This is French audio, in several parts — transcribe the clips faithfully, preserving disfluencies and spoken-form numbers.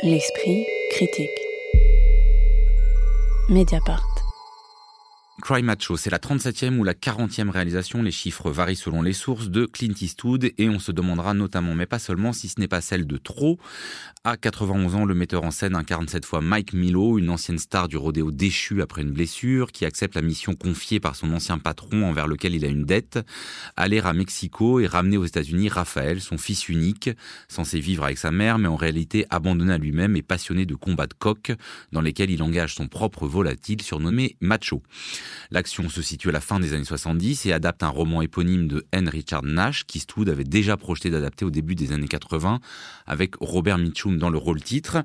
L'esprit critique. Mediapart. Cry Macho, c'est la trente-septième ou la quarantième réalisation, les chiffres varient selon les sources, de Clint Eastwood, et on se demandera notamment, mais pas seulement, si ce n'est pas celle de trop. À quatre-vingt-onze ans, le metteur en scène incarne cette fois Mike Milo, une ancienne star du rodéo déchu après une blessure, qui accepte la mission confiée par son ancien patron envers lequel il a une dette, aller à Mexico et ramener aux États-Unis Raphaël, son fils unique, censé vivre avec sa mère, mais en réalité abandonné à lui-même et passionné de combats de coqs, dans lesquels il engage son propre volatile surnommé Macho. L'action se situe à la fin des années soixante-dix et adapte un roman éponyme de N. Richard Nash qu'Eastwood avait déjà projeté d'adapter au début des années quatre-vingts avec Robert Mitchum dans le rôle titre.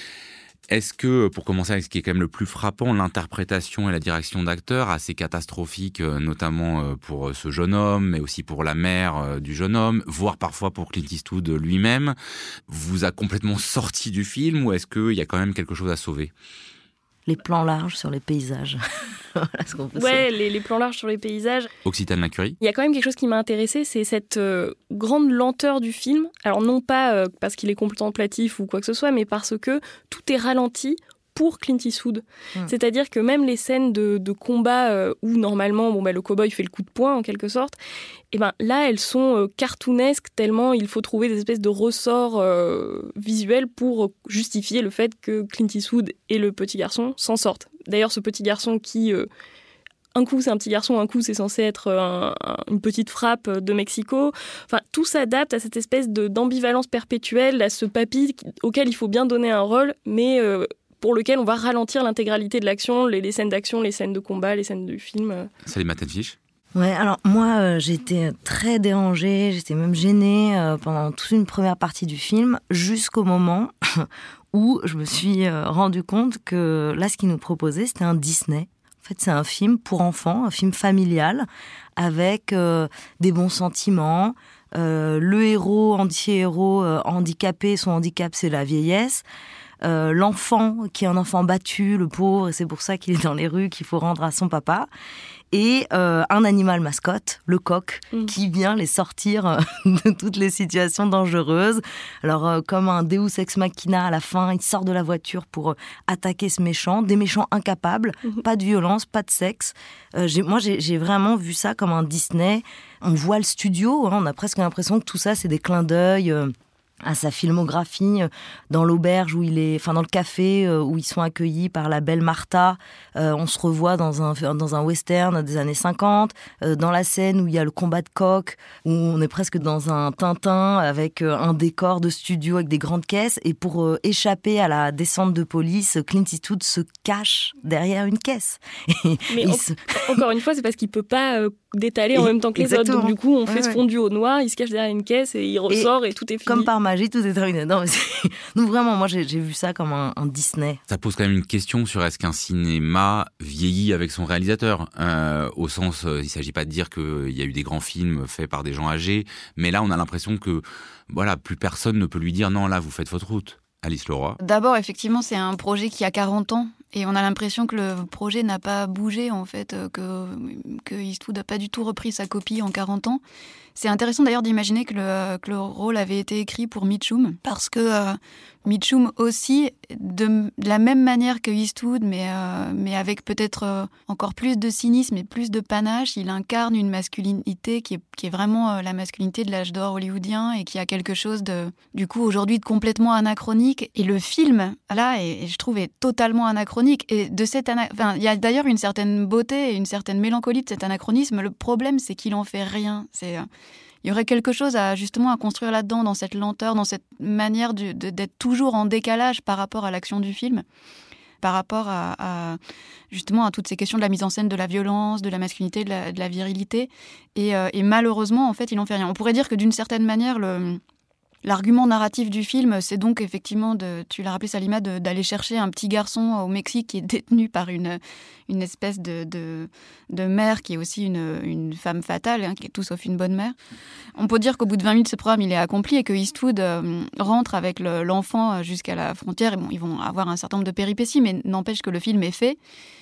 Est-ce que, pour commencer avec ce qui est quand même le plus frappant, l'interprétation et la direction d'acteurs, assez catastrophique, notamment pour ce jeune homme, mais aussi pour la mère du jeune homme, voire parfois pour Clint Eastwood lui-même, vous a complètement sorti du film, ou est-ce qu'il y a quand même quelque chose à sauver ? Les plans larges sur les paysages. Voilà ce qu'on peut ouais, les, les plans larges sur les paysages. Occitane Lacurie. Il y a quand même quelque chose qui m'a intéressée, c'est cette euh, grande lenteur du film. Alors non pas euh, parce qu'il est contemplatif ou quoi que ce soit, mais parce que tout est ralenti pour Clint Eastwood. Mmh. C'est-à-dire que même les scènes de, de combat euh, où normalement bon, bah, le cow-boy fait le coup de poing en quelque sorte, et ben, là elles sont euh, cartoonesques tellement il faut trouver des espèces de ressorts euh, visuels pour justifier le fait que Clint Eastwood et le petit garçon s'en sortent. D'ailleurs ce petit garçon qui... Euh, un coup c'est un petit garçon, un coup c'est censé être un, un, une petite frappe de Mexico. Enfin, tout s'adapte à cette espèce de, d'ambivalence perpétuelle, à ce papy auquel il faut bien donner un rôle, mais... Euh, pour lequel on va ralentir l'intégralité de l'action, les, les scènes d'action, les scènes de combat, les scènes du film. Salut Matenfish. Ouais, alors moi, euh, j'étais très dérangée, j'étais même gênée euh, pendant toute une première partie du film, jusqu'au moment où je me suis euh, rendu compte que là, ce qu'ils nous proposaient, c'était un Disney. En fait, c'est un film pour enfants, un film familial, avec euh, des bons sentiments. Euh, le héros, anti-héros, euh, handicapé, son handicap, c'est la vieillesse. Euh, l'enfant qui est un enfant battu, le pauvre, et c'est pour ça qu'il est dans les rues, qu'il faut rendre à son papa. Et euh, un animal mascotte, le coq, mmh. qui vient les sortir de toutes les situations dangereuses. Alors, euh, comme un Deus ex machina à la fin, il sort de la voiture pour attaquer ce méchant. Des méchants incapables, mmh. pas de violence, pas de sexe. Euh, j'ai, moi, j'ai, j'ai vraiment vu ça comme un Disney. On voit le studio, hein, on a presque l'impression que tout ça, c'est des clins d'œil... Euh, à sa filmographie, dans l'auberge où il est, enfin dans le café où ils sont accueillis par la belle Martha. Euh, on se revoit dans un dans un western des années cinquante, euh, dans la scène où il y a le combat de coq, où on est presque dans un Tintin avec un décor de studio avec des grandes caisses. Et pour euh, échapper à la descente de police, Clint Eastwood se cache derrière une caisse. Mais en, se... encore une fois, c'est parce qu'il peut pas euh, détaler en et, même temps que les exactement. autres. Donc du coup, on ouais, fait ouais. ce fondu au noir, il se cache derrière une caisse et il ressort et, et tout est fini. Comme par magie, tout est terminé. Non, mais c'est... Donc vraiment, moi, j'ai, j'ai vu ça comme un, un Disney. Ça pose quand même une question sur est-ce qu'un cinéma vieillit avec son réalisateur, euh, au sens, euh, il ne s'agit pas de dire qu'il y a eu des grands films faits par des gens âgés, mais là, on a l'impression que voilà, plus personne ne peut lui dire non, là, vous faites votre route. Alice Leroy. D'abord, effectivement, c'est un projet qui a quarante ans. Et on a l'impression que le projet n'a pas bougé, en fait, que, que Eastwood n'a pas du tout repris sa copie en quarante ans. C'est intéressant d'ailleurs d'imaginer que le, que le rôle avait été écrit pour Mitchum, parce que euh, Mitchum aussi, de, de la même manière que Eastwood, mais, euh, mais avec peut-être euh, encore plus de cynisme et plus de panache, il incarne une masculinité qui est, qui est vraiment euh, la masculinité de l'âge d'or hollywoodien et qui a quelque chose de, du coup, aujourd'hui, de complètement anachronique. Et le film, là, est, je trouve, est totalement anachronique. Et de cette ana... enfin, il y a d'ailleurs une certaine beauté et une certaine mélancolie de cet anachronisme. Le problème, c'est qu'il en fait rien. C'est... Euh, Il y aurait quelque chose à justement à construire là-dedans, dans cette lenteur, dans cette manière de, de, d'être toujours en décalage par rapport à l'action du film, par rapport à, à justement à toutes ces questions de la mise en scène, de la violence, de la masculinité, de la, de la virilité. Et, euh, et malheureusement, en fait, il n'en fait rien. On pourrait dire que d'une certaine manière, le... l'argument narratif du film, c'est donc effectivement, de, tu l'as rappelé Salima, de, d'aller chercher un petit garçon au Mexique qui est détenu par une, une espèce de, de, de mère qui est aussi une, une femme fatale, hein, qui est tout sauf une bonne mère. On peut dire qu'au bout de vingt minutes, ce programme il est accompli et que Eastwood euh, rentre avec le, l'enfant jusqu'à la frontière. Et bon, ils vont avoir un certain nombre de péripéties, mais n'empêche que le film est fait.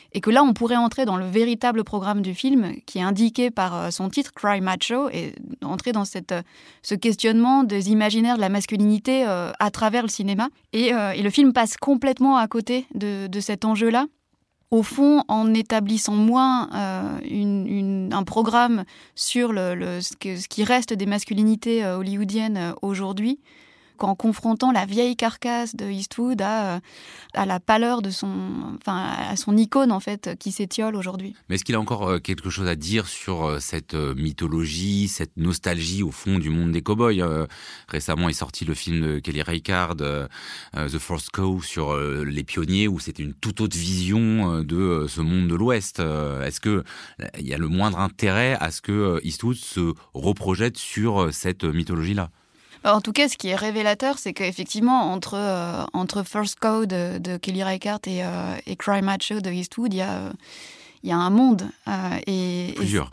Et que là, on pourrait entrer dans le véritable programme du film, qui est indiqué par son titre, Cry Macho, et entrer dans cette, ce questionnement des imaginaires de la masculinité euh, à travers le cinéma. Et, euh, et le film passe complètement à côté de, de cet enjeu-là. Au fond, en établissant moins euh, une, une, un programme sur le, le, ce, que, ce qui reste des masculinités euh, hollywoodiennes euh, aujourd'hui, qu'en confrontant la vieille carcasse de Eastwood à, à la pâleur de son, enfin, à son icône en fait, qui s'étiole aujourd'hui. Mais est-ce qu'il a encore quelque chose à dire sur cette mythologie, cette nostalgie au fond du monde des cow-boys ? euh, Récemment est sorti le film de Kelly Reichardt, euh, The First Cow, sur euh, les pionniers, où c'était une toute autre vision de euh, ce monde de l'Ouest. Euh, est-ce qu'il y a le moindre intérêt à ce que Eastwood se reprojette sur cette mythologie-là ? En tout cas, ce qui est révélateur, c'est qu'effectivement, entre, euh, entre First Cow de, de Kelly Reichardt et, euh, et Cry Macho de Eastwood, il y a, euh, y a un monde. Euh, et, Plusieurs.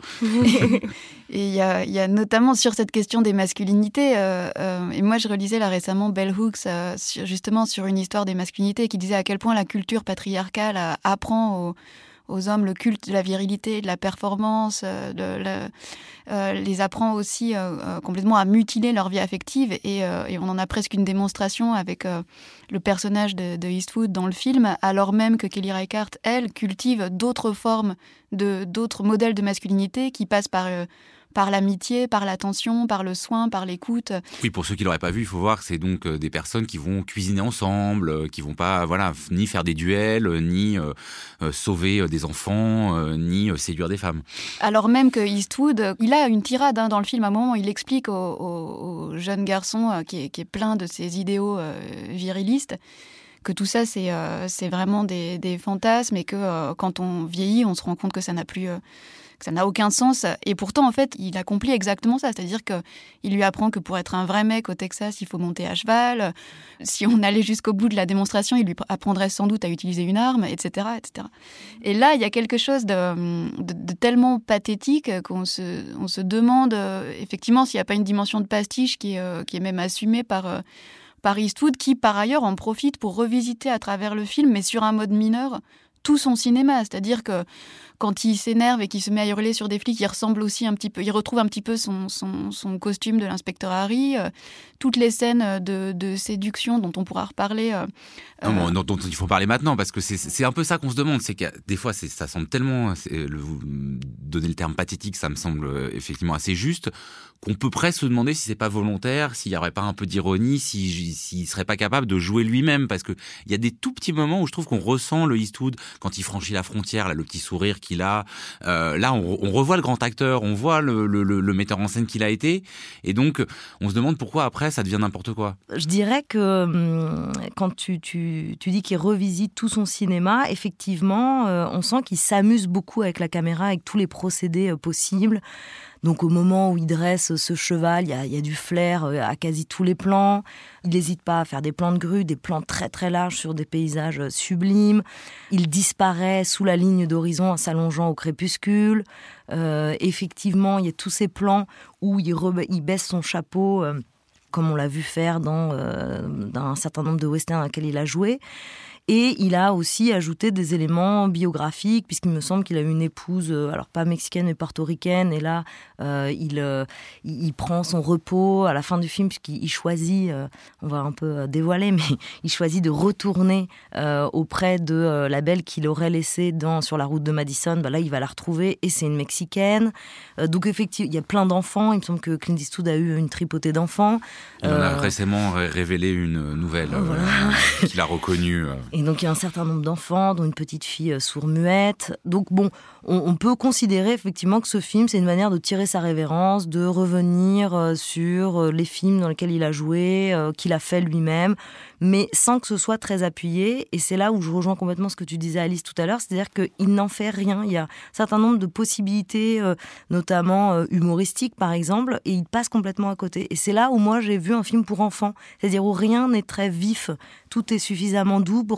Et il y a, y a notamment sur cette question des masculinités, euh, euh, et moi je relisais là récemment Bell Hooks, euh, sur, justement sur une histoire des masculinités, qui disait à quel point la culture patriarcale euh, apprend aux... aux hommes le culte de la virilité, de la performance, euh, de, le, euh, les apprend aussi euh, euh, complètement à mutiler leur vie affective. Et, euh, et on en a presque une démonstration avec euh, le personnage de, de Eastwood dans le film, alors même que Kelly Reichardt, elle, cultive d'autres formes, de, d'autres modèles de masculinité qui passent par... Euh, par l'amitié, par l'attention, par le soin, par l'écoute. Oui, pour ceux qui l'auraient pas vu, il faut voir que c'est donc euh, des personnes qui vont cuisiner ensemble, euh, qui vont pas, voilà, ni faire des duels, euh, ni euh, euh, sauver euh, des enfants, euh, ni euh, séduire des femmes. Alors même que Eastwood, il a une tirade hein, dans le film. À un moment, il explique au, au, au jeune garçon euh, qui, est, qui est plein de ses idéaux euh, virilistes que tout ça, c'est, euh, c'est vraiment des, des fantasmes et que euh, quand on vieillit, on se rend compte que ça n'a plus... Euh, que ça n'a aucun sens. Et pourtant, en fait, il accomplit exactement ça. C'est-à-dire qu'il lui apprend que pour être un vrai mec au Texas, il faut monter à cheval. Si on allait jusqu'au bout de la démonstration, il lui apprendrait sans doute à utiliser une arme, et cetera, et cetera. Et là, il y a quelque chose de, de, de tellement pathétique qu'on se, on se demande, euh, effectivement, s'il n'y a pas une dimension de pastiche qui est, euh, qui est même assumée par... Euh, par Eastwood, qui par ailleurs en profite pour revisiter à travers le film, mais sur un mode mineur, tout son cinéma. C'est-à-dire que quand il s'énerve et qu'il se met à hurler sur des flics, il ressemble aussi un petit peu, il retrouve un petit peu son, son, son costume de l'inspecteur Harry. Euh, toutes les scènes de, de séduction dont on pourra reparler. Euh, non, euh... dont, dont il faut parler maintenant, parce que c'est, c'est un peu ça qu'on se demande. C'est que des fois, c'est, ça semble tellement... Le, donner le terme pathétique, ça me semble effectivement assez juste, qu'on peut presque se demander si c'est pas volontaire, s'il n'y aurait pas un peu d'ironie, s'il si, si serait pas capable de jouer lui-même, parce que il y a des tout petits moments où je trouve qu'on ressent le Eastwood quand il franchit la frontière, là, le petit sourire qu'il a. Euh, là, on, on revoit le grand acteur, on voit le, le, le, le metteur en scène qu'il a été, et donc on se demande pourquoi après ça devient n'importe quoi. Je dirais que hum, quand tu, tu, tu dis qu'il revisite tout son cinéma, effectivement, euh, on sent qu'il s'amuse beaucoup avec la caméra, avec tous les procédés euh, possibles. Donc au moment où il dresse ce cheval, il y a, il y a du flair à quasi tous les plans. Il n'hésite pas à faire des plans de grue, des plans très très larges sur des paysages sublimes. Il disparaît sous la ligne d'horizon en s'allongeant au crépuscule. Euh, effectivement, il y a tous ces plans où il, re, il baisse son chapeau, euh, comme on l'a vu faire dans, euh, dans un certain nombre de westerns dans lesquels il a joué. Et il a aussi ajouté des éléments biographiques, puisqu'il me semble qu'il a une épouse, alors pas mexicaine, mais portoricaine. Et là, euh, il, euh, il prend son repos à la fin du film, puisqu'il choisit, euh, on va un peu dévoiler, mais il choisit de retourner euh, auprès de euh, la belle qu'il aurait laissée dans, sur la route de Madison. Ben là, il va la retrouver, et c'est une Mexicaine. Euh, donc effectivement, il y a plein d'enfants. Il me semble que Clint Eastwood a eu une tripotée d'enfants. Il euh... en a récemment révélé une nouvelle euh, voilà. euh, qu'il a reconnue. Euh. Et donc, il y a un certain nombre d'enfants, dont une petite fille sourd-muette. Donc, bon, on, on peut considérer effectivement que ce film, c'est une manière de tirer sa révérence, de revenir sur les films dans lesquels il a joué, euh, qu'il a fait lui-même, mais sans que ce soit très appuyé. Et c'est là où je rejoins complètement ce que tu disais, Alice, tout à l'heure, c'est-à-dire qu'il n'en fait rien. Il y a un certain nombre de possibilités, euh, notamment euh, humoristiques, par exemple, et il passe complètement à côté. Et c'est là où moi, j'ai vu un film pour enfants, c'est-à-dire où rien n'est très vif. Tout est suffisamment doux pour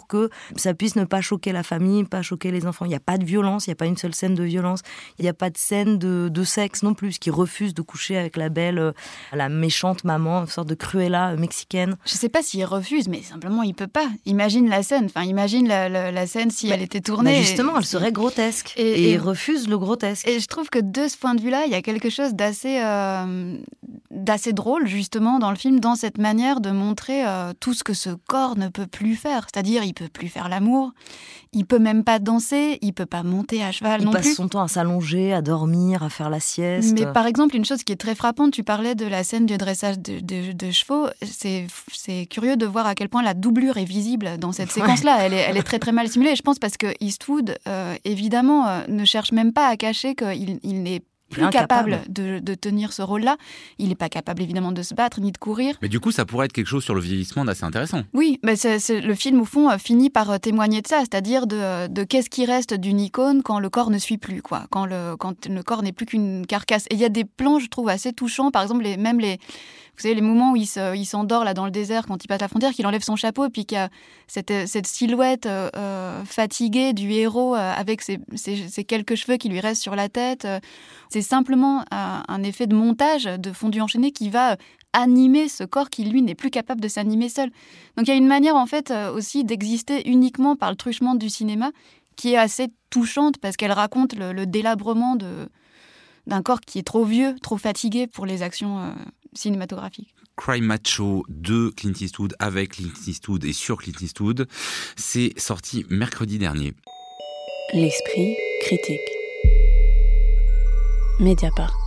que ça puisse ne pas choquer la famille, pas choquer les enfants. Il n'y a pas de violence, il n'y a pas une seule scène de violence, il n'y a pas de scène de, de sexe non plus, qui refuse de coucher avec la belle, la méchante maman, une sorte de Cruella mexicaine. Je sais pas s'il refuse, mais simplement il peut pas. Imagine la scène, enfin imagine la, la, la scène si bah, elle était tournée. Bah justement, et, elle serait grotesque. Et, et, et il refuse le grotesque. Et je trouve que de ce point de vue-là, il y a quelque chose d'assez, euh, d'assez drôle justement dans le film, dans cette manière de montrer euh, tout ce que ce corps ne peut plus faire. C'est-à-dire, il peut plus faire l'amour, il peut même pas danser, il peut pas monter à cheval il non plus. Il passe son temps à s'allonger, à dormir, à faire la sieste. Mais par exemple, une chose qui est très frappante, tu parlais de la scène du dressage de, de, de chevaux. C'est, c'est curieux de voir à quel point la doublure est visible dans cette séquence-là. Ouais. Elle, est, elle est très très mal simulée. Je pense parce que Eastwood, euh, évidemment, euh, ne cherche même pas à cacher qu'il il n'est plus capable de, de tenir ce rôle-là. Il n'est pas capable, évidemment, de se battre ni de courir. Mais du coup, ça pourrait être quelque chose sur le vieillissement d'assez intéressant. Oui, mais c'est, c'est, le film, au fond, finit par témoigner de ça, c'est-à-dire de, de qu'est-ce qui reste d'une icône quand le corps ne suit plus, quoi, quand, le, quand le corps n'est plus qu'une carcasse. Et il y a des plans, je trouve, assez touchants. Par exemple, les, même les... Vous savez, les moments où il, se, il s'endort là, dans le désert quand il passe la frontière, qu'il enlève son chapeau et puis qu'il y a cette, cette silhouette euh, fatiguée du héros euh, avec ses, ses, ses quelques cheveux qui lui restent sur la tête. Euh, c'est simplement un, un effet de montage, de fondu enchaîné qui va animer ce corps qui, lui, n'est plus capable de s'animer seul. Donc il y a une manière, en fait, euh, aussi d'exister uniquement par le truchement du cinéma qui est assez touchante parce qu'elle raconte le, le délabrement de, d'un corps qui est trop vieux, trop fatigué pour les actions euh, cinématographique. Cry Macho de Clint Eastwood avec Clint Eastwood et sur Clint Eastwood, c'est sorti mercredi dernier. L'esprit critique. Mediapart.